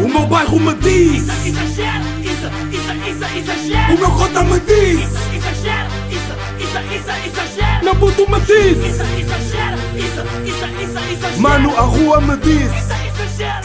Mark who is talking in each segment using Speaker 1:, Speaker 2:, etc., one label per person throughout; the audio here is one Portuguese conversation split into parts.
Speaker 1: meu bairro me diz.
Speaker 2: Exagero, exagero.
Speaker 1: O meu cota me diz.
Speaker 2: Exagero, exagero.
Speaker 1: Meu puto me diz.
Speaker 2: Exagero.
Speaker 1: Mano, a rua me diz.
Speaker 2: Exagero.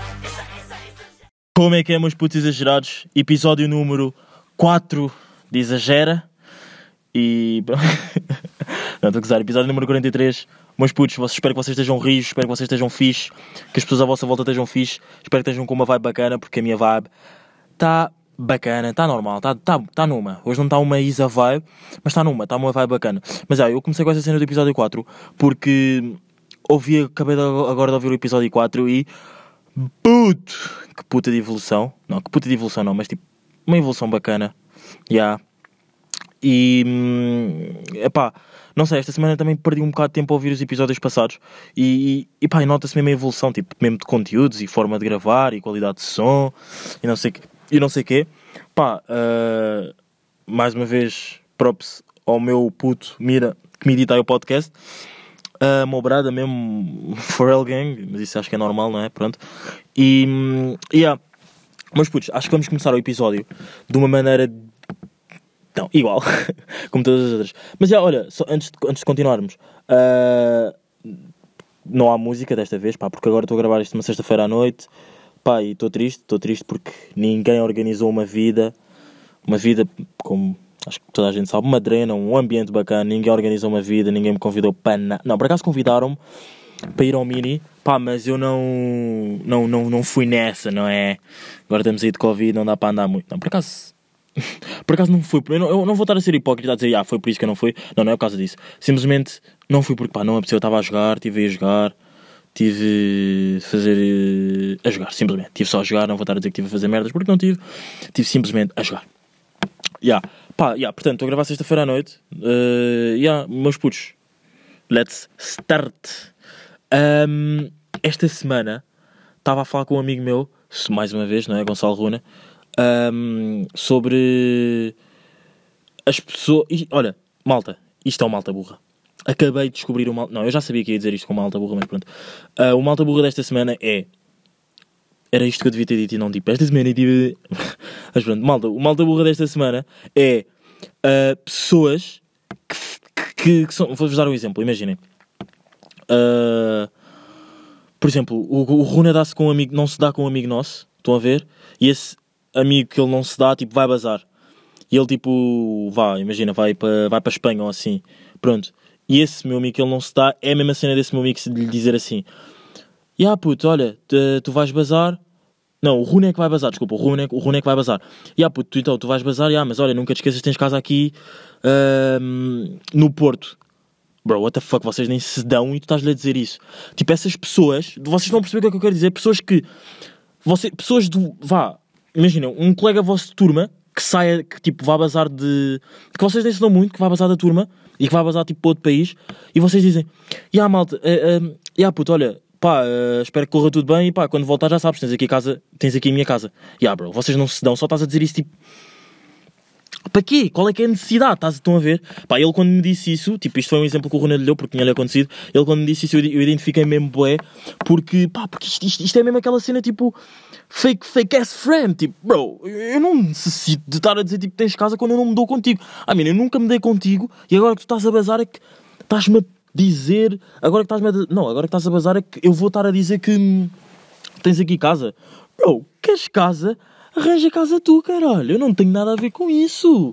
Speaker 3: Como é que é, meus putos exagerados? Episódio número 4 de Exagera. E... não, estou a gozar. Episódio número 43. Meus putos, espero que vocês estejam rios, espero que vocês estejam fixe, que as pessoas à vossa volta estejam fixe. Espero que estejam com uma vibe bacana, porque a minha vibe está bacana, está normal, está numa. Hoje não está uma isa vibe, mas está numa, está uma vibe bacana. Mas eu comecei com essa cena do episódio 4, porque acabei agora de ouvir o episódio 4 e... que puta de evolução. Não, que puta de evolução não, mas tipo, uma evolução bacana. Yeah. E não sei, esta semana também perdi um bocado de tempo a ouvir os episódios passados e nota-se mesmo a evolução, tipo, mesmo de conteúdos e forma de gravar e qualidade de som e não sei quê. Mais uma vez, props ao meu puto Mira, que me edita aí o podcast. Uma brada mesmo, Forel Gang, mas isso acho que é normal, não é? Pronto. Mas putos, acho que vamos começar o episódio de uma maneira... Não, igual, como todas as outras. Mas olha, só antes de continuarmos, não há música desta vez, porque agora estou a gravar isto uma sexta-feira à noite, e estou triste porque ninguém organizou uma vida como acho que toda a gente sabe, uma drena, um ambiente bacana, ninguém organizou uma vida, ninguém me convidou para nada. Não, por acaso convidaram-me para ir ao Mini, mas eu não fui nessa, não é? Agora estamos aí de Covid, não dá para andar muito. Não, por acaso não fui, eu não vou estar a ser hipócrita a dizer, foi por isso que eu não fui. Não é por causa disso. Simplesmente não fui porque, não apeteceu, eu estava a jogar, estive a jogar, simplesmente. Estive só a jogar, não vou estar a dizer que estive a fazer merdas, porque não tive. Estive simplesmente a jogar. Portanto, estou a gravar sexta-feira à noite. Meus putos, let's start. Esta semana estava a falar com um amigo meu, mais uma vez, não é? Gonçalo Runa. Sobre as pessoas... Olha, malta, isto é o malta burra. Acabei de descobrir o malta... Não, eu já sabia que ia dizer isto com malta burra, mas pronto. O malta burra desta semana é... Era isto que eu devia ter dito e não tipo esta semana. Mas pronto, malta, o malta burra desta semana é pessoas que são... Vou-vos dar um exemplo, imaginem. Por exemplo, o Runa dá-se com um amigo, não se dá com um amigo nosso, estão a ver? E esse amigo que ele não se dá, tipo, vai bazar. E ele, tipo, vai para a Espanha ou assim. Pronto. E esse meu amigo que ele não se dá, é a mesma cena desse meu amigo que lhe dizer assim: puto, olha, tu vais bazar. Não, o Rune é que vai bazar, desculpa, o Rune é que vai bazar. Puto, tu vais bazar, mas olha, nunca te esqueças, tens casa aqui no Porto. Bro, what the fuck, vocês nem se dão e tu estás-lhe a dizer isso. Tipo, essas pessoas, vocês não percebem o que é que eu quero dizer, imaginem, um colega vosso de turma que saia, que tipo, vá bazar de... que vocês nem se dão muito, que vai bazar da turma e que vai bazar tipo para outro país e vocês dizem, malta, puto, olha, espero que corra tudo bem e quando voltar já sabes, tens aqui a minha casa. Bro, vocês não se dão, só estás a dizer isso tipo... Para quê? Qual é que é a necessidade? Estão a ver? Ele quando me disse isso, tipo, isto foi um exemplo que o Ronaldo lhe deu porque tinha-lhe acontecido, ele quando me disse isso eu identifiquei mesmo bué, porque isto é mesmo aquela cena tipo fake ass friend, tipo, bro, eu não necessito de estar a dizer tipo tens casa quando eu não me dou contigo. Eu nunca me dei contigo e agora que tu estás a bazar é que estás-me a dizer, agora que estás a bazar é que eu vou estar a dizer que tens aqui casa. Bro, queres casa? Arranja casa tu, caralho. Eu não tenho nada a ver com isso.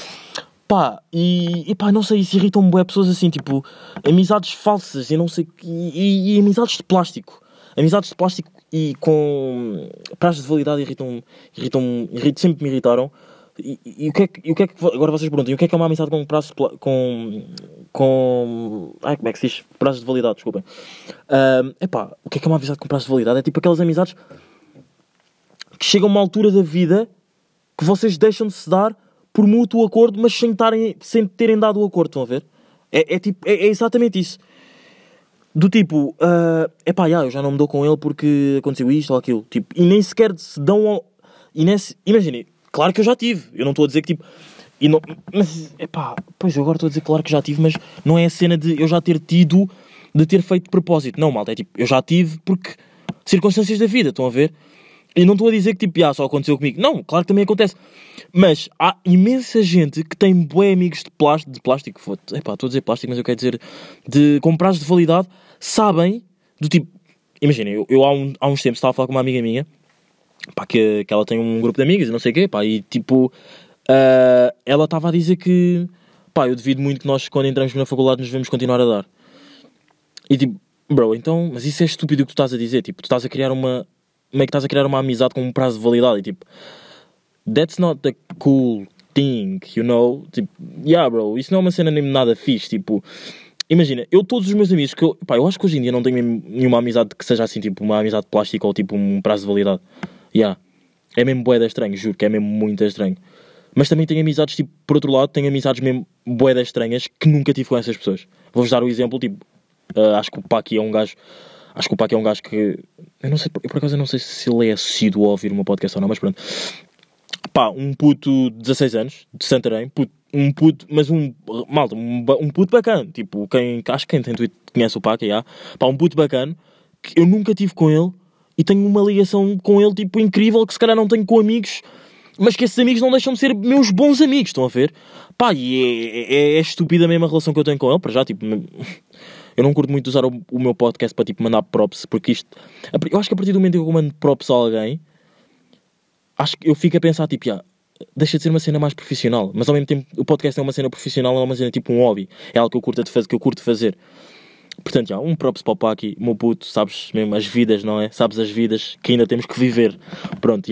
Speaker 3: Não sei, isso irritam-me bué pessoas assim, tipo, amizades falsas e não sei... E amizades de plástico. Amizades de plástico e com prazos de validade sempre me irritaram. E o que é que... Agora vocês perguntam, o que é uma amizade com prazo com... como é que se diz? Prazos de validade, desculpem. O que é uma amizade com prazo de validade? É tipo aquelas amizades... que chegam a uma altura da vida que vocês deixam de se dar por mútuo acordo, mas sem terem dado o acordo, estão a ver? É exatamente isso. Do tipo, eu já não me dou com ele porque aconteceu isto ou aquilo. Tipo, e nem sequer se dão... Imaginem, claro que eu já tive. Eu não estou a dizer que tipo... Pois eu agora estou a dizer claro que já tive, mas não é a cena de eu já ter tido, de ter feito de propósito. Não, malta, é tipo, eu já tive porque... circunstâncias da vida, estão a ver? E não estou a dizer que tipo, só aconteceu comigo. Não, claro que também acontece. Mas há imensa gente que tem bué amigos de plástico. Estou a dizer plástico, mas eu quero dizer com prazo de validade, sabem do tipo... Imagina, eu há uns tempos estava a falar com uma amiga minha, pá, que ela tem um grupo de amigas e não sei o quê, pá, e tipo... ela estava a dizer que... Pá, eu devido muito que nós, quando entramos na faculdade, nos devemos continuar a dar. E tipo, bro, então... Mas isso é estúpido o que tu estás a dizer. Tipo, tu estás a criar uma... Como é que estás a criar uma amizade com um prazo de validade? E tipo... That's not the cool thing, you know? Tipo, bro, isso não é uma cena nem nada fixe. Tipo, imagina, todos os meus amigos, eu acho que hoje em dia não tenho nenhuma amizade que seja assim, tipo, uma amizade plástica ou tipo um prazo de validade. É mesmo bué da estranho, juro que é mesmo muito estranho. Mas também tenho amizades, tipo, por outro lado, tenho amizades mesmo bué da estranhas que nunca tive com essas pessoas. Vou-vos dar o exemplo, tipo, acho que o Paqui é um gajo. Acho que o Paqui é um gajo que... Eu não sei, por acaso eu não sei se ele é assíduo a ouvir o meu podcast ou não, mas pronto. Pá, um puto de 16 anos, de Santarém, um puto bacana, tipo, acho que quem tem Twitter conhece o Paqui, pá, um puto bacana, que eu nunca tive com ele, e tenho uma ligação com ele, tipo, incrível, que se calhar não tenho com amigos, mas que esses amigos não deixam de ser meus bons amigos, estão a ver? Pá, e é estúpida mesmo a relação que eu tenho com ele, para já, tipo... Eu não curto muito usar o meu podcast para, tipo, mandar props, porque isto... Eu acho que a partir do momento em que eu mando props a alguém, acho que eu fico a pensar, tipo, deixa de ser uma cena mais profissional, mas ao mesmo tempo o podcast é uma cena profissional, é uma cena tipo um hobby, é algo que eu curto fazer. Portanto, um props para o Paqui, meu puto, sabes mesmo as vidas, não é? Sabes as vidas que ainda temos que viver. Pronto,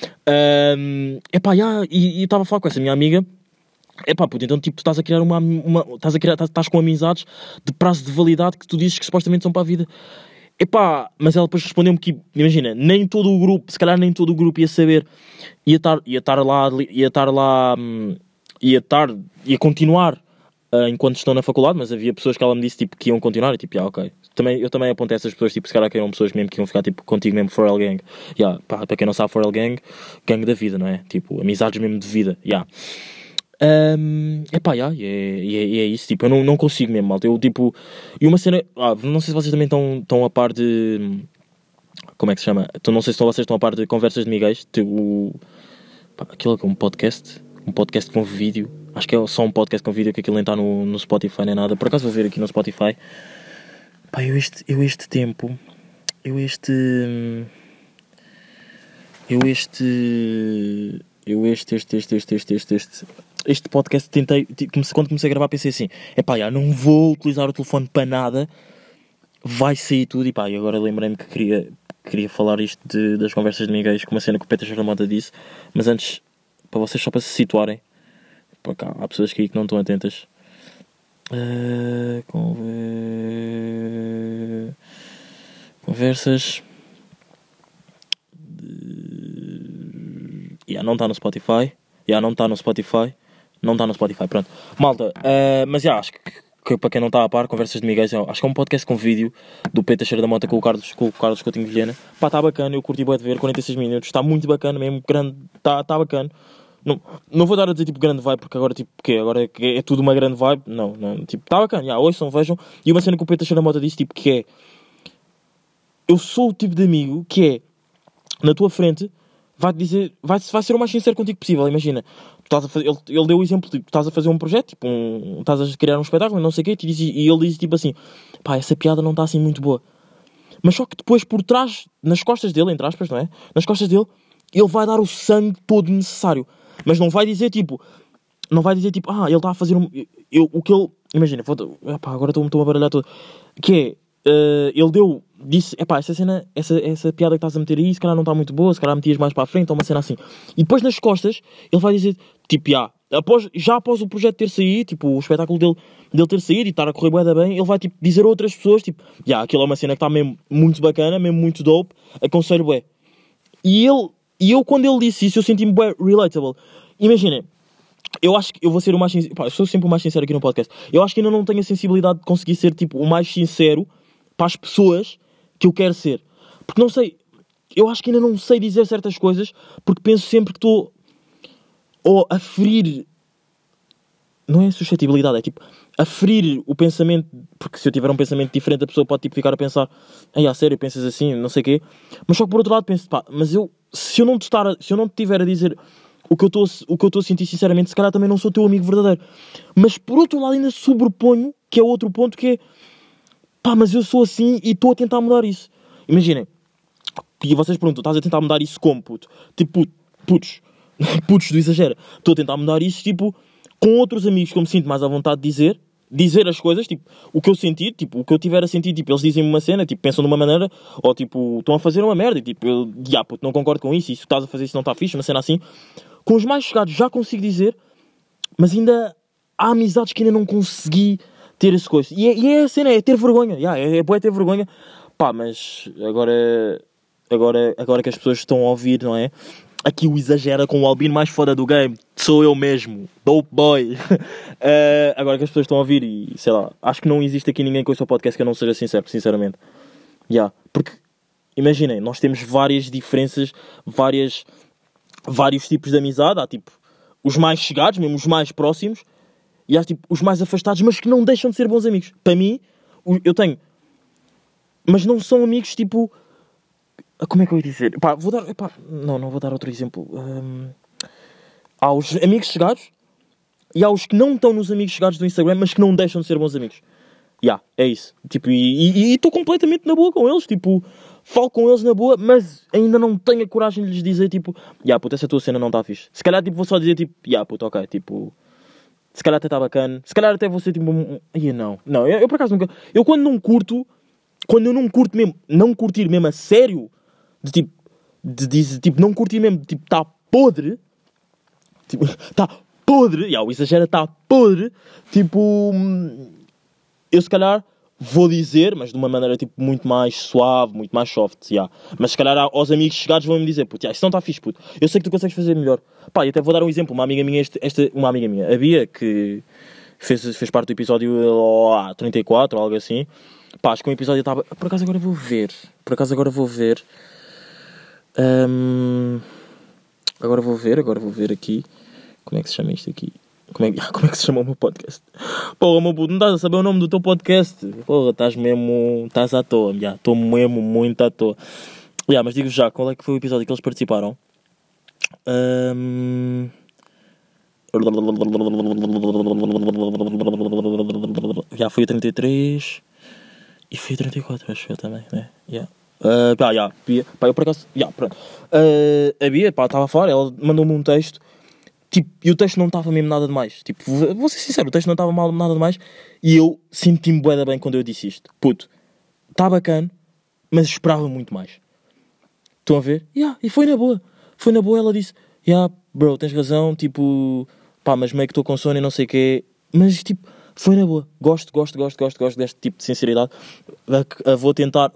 Speaker 3: e estava a falar com essa minha amiga. Puto, então tipo, tu estás a criar estás com amizades de prazo de validade que tu dizes que supostamente são para a vida. Mas ela depois respondeu-me que, imagina, nem todo o grupo, se calhar nem todo o grupo ia saber, ia continuar enquanto estão na faculdade, mas havia pessoas que ela me disse tipo, que iam continuar, e tipo, ok. Eu também apontei essas pessoas, tipo, se calhar que eram pessoas mesmo que iam ficar tipo, contigo mesmo, Forel Gang. Para quem não sabe, Forel Gang, gangue da vida, não é? Tipo, amizades mesmo de vida, é isso, tipo, eu não consigo mesmo, malta. Eu, tipo, e uma cena, não sei se vocês também estão a par de, como é que se chama? Não sei se vocês estão a par de Conversas de Miguéis, tipo, aquilo é um podcast com vídeo, acho que é só um podcast com vídeo, que aquilo nem está no Spotify nem nada. Por acaso vou ver aqui no Spotify. Este podcast quando comecei a gravar pensei assim, não vou utilizar o telefone para nada, vai sair tudo, e agora lembrei-me que queria falar isto das Conversas de Miguéis, com uma cena que o Peter Charlamota disse, mas antes, para vocês, só para se situarem, há pessoas que não estão atentas. Conversas não está no Spotify. Não está no Spotify, pronto. Malta, mas acho que para quem não está a par, Conversas de Miguéis, acho que é um podcast com vídeo do Pedro Teixeira da Mota com o Carlos Coutinho Vilhena. Está bacana, eu curti bué de ver, 46 minutos, está muito bacana mesmo, grande, está bacana. Não vou dar a dizer tipo grande vibe, porque agora tipo, agora é tudo uma grande vibe. Não, tipo, está bacana, ouçam, vejam. E uma cena que o Pedro Teixeira da Mota disse, tipo, que é: eu sou o tipo de amigo que é, na tua frente, vai ser o mais sincero contigo possível. Imagina, ele deu o exemplo, tipo, estás a fazer um projeto, tipo, estás a criar um espetáculo, não sei o quê, e ele diz tipo assim, essa piada não está assim muito boa. Mas só que depois por trás, nas costas dele, entre aspas, não é? Nas costas dele, ele vai dar o sangue todo necessário. Mas não vai dizer tipo, ele está a fazer imagina, agora estou a baralhar todo, que é, ele disse, essa piada que estás a meter aí, se calhar não está muito boa, se calhar metias mais para a frente, ou uma cena assim. E depois nas costas, ele vai dizer, tipo, após o projeto ter saído, tipo, o espetáculo dele ter saído e estar a correr bué da bem, ele vai, tipo, dizer a outras pessoas, tipo, aquilo é uma cena que está mesmo muito bacana, mesmo muito dope, aconselho bué. E eu, quando ele disse isso, eu senti-me bué relatable. Imaginem, eu acho que eu vou ser o mais sincero, eu sou sempre o mais sincero aqui no podcast. Eu acho que ainda não tenho a sensibilidade de conseguir ser, tipo, o mais sincero para as pessoas que eu quero ser. Porque não sei, eu acho que ainda não sei dizer certas coisas, porque penso sempre que estou a ferir, não é suscetibilidade, é tipo, a ferir o pensamento, porque se eu tiver um pensamento diferente, a pessoa pode tipo ficar a pensar, a sério, pensas assim, não sei o quê. Mas só que por outro lado penso, mas eu se eu não te tiver a dizer o que eu estou a sentir sinceramente, se calhar também não sou teu amigo verdadeiro. Mas por outro lado ainda sobreponho, que é outro ponto, que é, pá, mas eu sou assim e estou a tentar mudar isso. Imaginem, e vocês perguntam, estás a tentar mudar isso como, puto? Tipo, putos do exagero. Estou a tentar mudar isso, tipo, com outros amigos que eu me sinto mais à vontade de dizer as coisas, tipo, o que eu senti, tipo, o que eu tiver a sentir, tipo, eles dizem-me uma cena, tipo, pensam de uma maneira, ou tipo, estão a fazer uma merda, e tipo, eu, puto, não concordo com isso, e se estás a fazer isso não está fixe, uma cena assim. Com os mais chegados já consigo dizer, mas ainda há amizades que ainda não consegui ter esse coisa. E é a cena, é ter vergonha, é ter vergonha. Pá, mas agora que as pessoas estão a ouvir, não é? Aqui o exagera com o albino mais foda do game. Sou eu mesmo. Dope boy. Agora que as pessoas estão a ouvir e, sei lá, acho que não existe aqui ninguém com o seu podcast que eu não seja sincero, sinceramente. Porque, imaginem, nós temos várias diferenças, vários tipos de amizade. Há, tipo, os mais chegados, mesmo os mais próximos. E há, tipo, os mais afastados, mas que não deixam de ser bons amigos. Para mim, eu tenho... Mas não são amigos, tipo... Como é que eu ia dizer? Não vou dar outro exemplo. Há os amigos chegados e há os que não estão nos amigos chegados do Instagram, mas que não deixam de ser bons amigos. É isso. Tipo, e estou completamente na boa com eles. Tipo, falo com eles na boa, mas ainda não tenho a coragem de lhes dizer, tipo... puto, essa tua cena não está fixe. Se calhar, tipo, vou só dizer, tipo... puto, ok, tipo... Se calhar até está bacana. Se calhar até vou ser, tipo... Não, eu por acaso nunca... Eu quando eu não curto mesmo... Não curtir mesmo a sério... De não curtir mesmo, tipo, está podre, tipo, está podre, o exagero está podre, tipo, eu se calhar vou dizer, mas de uma maneira, tipo, muito mais suave, muito mais soft, mas se calhar aos amigos chegados vão-me dizer, puto, isso não está fixe, puto, eu sei que tu consegues fazer melhor. E até vou dar um exemplo, uma amiga minha, a Bia, que fez parte do episódio 34, ou algo assim, acho que um episódio estava, por acaso agora vou ver, agora vou ver aqui. Como é que se chama isto aqui? Como é que se chama o meu podcast? Porra, meu puto, não estás a saber o nome do teu podcast? Porra, estás à toa. Estou mesmo muito à toa. Mas digo já, qual é que foi o episódio que eles participaram? Foi o 33 e foi o 34, acho que eu também, né? Bia, eu por acaso, pronto. A Bia, estava a falar, ela mandou-me um texto, tipo, e o texto não estava mesmo nada demais, tipo, vou ser sincero, o texto não estava nada demais, e eu senti-me bué da bem quando eu disse isto, puto, está bacana, mas esperava muito mais. Estão a ver? E foi na boa, ela disse, bro, tens razão, tipo, mas meio que estou com sono e não sei o quê, mas tipo, foi na boa. Gosto deste tipo de sinceridade. Vou tentar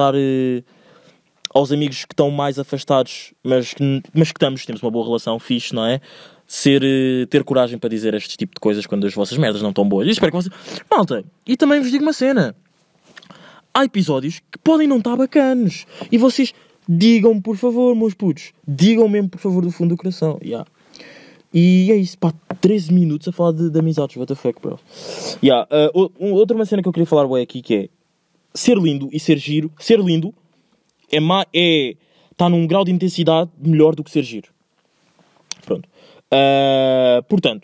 Speaker 3: aos amigos que estão mais afastados, mas que temos uma boa relação, fixe, não é? Ter coragem para dizer este tipo de coisas quando as vossas merdas não estão boas. E espero que vocês... Malta, e também vos digo uma cena. Há episódios que podem não estar bacanos. E vocês digam-me, por favor, meus putos. Digam mesmo, por favor, do fundo do coração. E é isso, 13 minutos a falar de amizades, what the fuck, bro. Outra uma cena que eu queria falar aqui, que é ser lindo e ser giro. Ser lindo está num grau de intensidade melhor do que ser giro. Pronto. Portanto,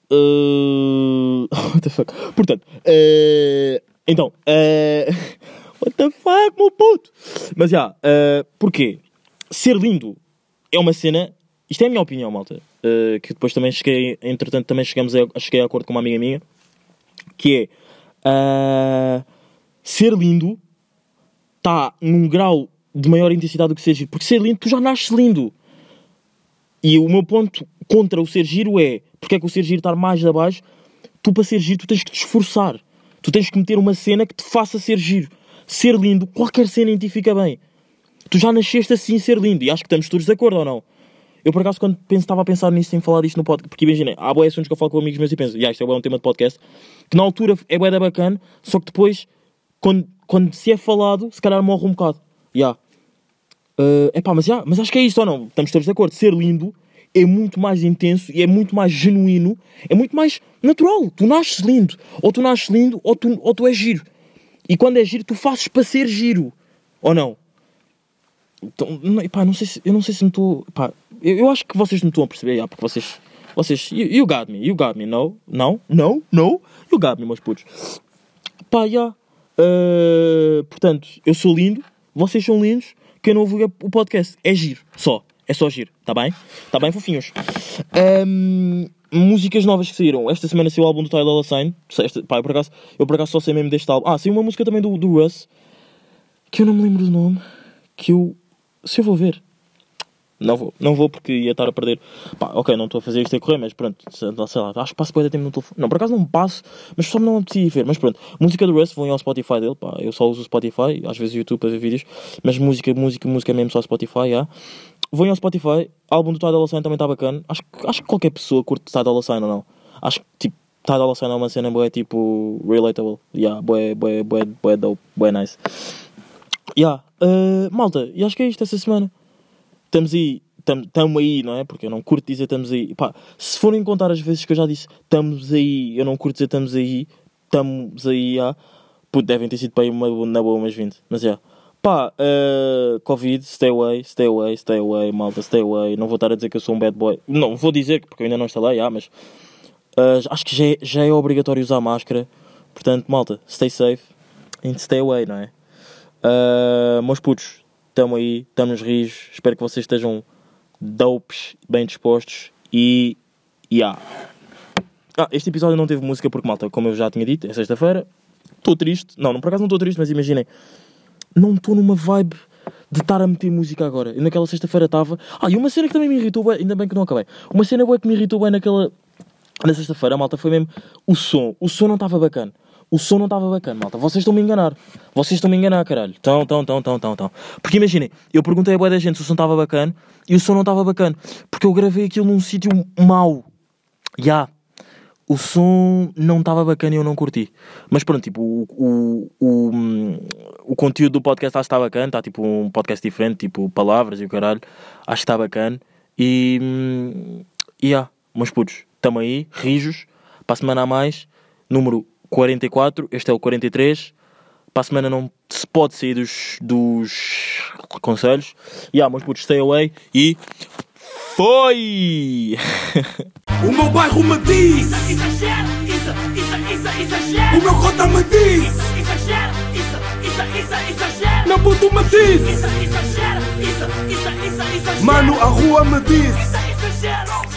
Speaker 3: what the fuck? Portanto, então, what the fuck, meu puto? Mas porquê? Ser lindo é uma cena, isto é a minha opinião, malta. Que depois também cheguei a acordo com uma amiga minha, que é ser lindo está num grau de maior intensidade do que ser giro, porque ser lindo, tu já nasces lindo. E o meu ponto contra o ser giro é, porque é que o ser giro está mais abaixo, tu para ser giro tu tens que te esforçar, tu tens que meter uma cena que te faça ser giro. Ser lindo, qualquer cena em ti fica bem, tu já nasceste assim ser lindo, e acho que estamos todos de acordo ou não? Eu, por acaso, quando estava a pensar nisso, em falar disto no podcast, porque imaginem, há boas assuntos que eu falo com amigos meus e penso, isto é um tema de podcast, que na altura é bué da bacana, só que depois, quando se é falado, se calhar morre um bocado. Mas acho que é isto ou não? Estamos todos de acordo. Ser lindo é muito mais intenso e é muito mais genuíno, é muito mais natural. Tu nasces lindo, ou tu és giro. E quando és giro, tu fazes para ser giro. Ou não? Então, pá, eu não sei se me estou... Pá, eu acho que vocês não estão a perceber, porque vocês you got me, no, you got me, meus putos. Pá, portanto, eu sou lindo, vocês são lindos, quem não ouviu o podcast é giro, é só giro, tá bem? Tá bem, fofinhos. Músicas novas que saíram, esta semana saiu o álbum do Ty Dolla $ign, pá, eu por acaso só sei mesmo deste álbum. Saiu uma música também do Russ, que eu não me lembro do nome, se eu vou ver, não vou porque ia estar a perder. Pá, ok, não estou a fazer isto a correr, mas pronto, sei lá, acho que passo bem de tempo no telefone. Não, por acaso não passo, mas só não apetecia ver. Mas pronto, música do Russ, vão ao Spotify dele, pá, eu só uso o Spotify, às vezes o YouTube para ver vídeos, mas música mesmo só Spotify, Vão ao Spotify, álbum do Ty Dolla $ign também está bacana. Acho que qualquer pessoa curte Ty Dolla $ign ou não. Acho que tipo, Ty Dolla $ign é uma cena boa, tipo, relatable, boa dope, boa nice. Malta, e acho que é isto essa semana. Estamos aí, não é? Porque eu não curto dizer estamos aí. Pá, se forem contar as vezes que eu já disse estamos aí, eu não curto dizer estamos aí, puto, devem ter sido para aí na boa umas 20. Mas pá, Covid, stay away, malta, stay away. Não vou estar a dizer que eu sou um bad boy. Não, vou dizer, porque eu ainda não instalei, mas acho que já é obrigatório usar máscara. Portanto, malta, stay safe and stay away, não é? Meus putos, estamos aí, estamos nos rios. Espero que vocês estejam dopes, bem dispostos. E este episódio não teve música porque, malta, como eu já tinha dito, é sexta-feira. Estou triste. Não, por acaso não estou triste, mas imaginem, não estou numa vibe de estar a meter música agora. E naquela sexta-feira estava... e uma cena que também me irritou bem, ainda bem que não acabei. Uma cena boa que me irritou bem na sexta-feira, malta, foi mesmo o som. O som não estava bacana. Malta. Vocês estão-me a enganar, caralho. Estão. Porque imaginem, eu perguntei a boa da gente se o som estava bacana e o som não estava bacana. Porque eu gravei aquilo num sítio mau. O som não estava bacana e eu não curti. Mas pronto, tipo, o conteúdo do podcast acho que está bacana. Está tipo um podcast diferente, tipo palavras e o caralho. Acho que está bacana. Meus putos, estamos aí, rijos. Para a semana a mais, número 44, este é o 43. Para a semana não se pode sair dos conselhos. Meus putos, stay away e foi!
Speaker 1: O meu bairro me diz,
Speaker 2: Exagero, exagero.
Speaker 1: o meu cota me diz,
Speaker 2: Exagero, exagero.
Speaker 1: meu puto me diz,
Speaker 2: Exagero, exagero.
Speaker 1: mano, a rua me diz.
Speaker 2: Exagero.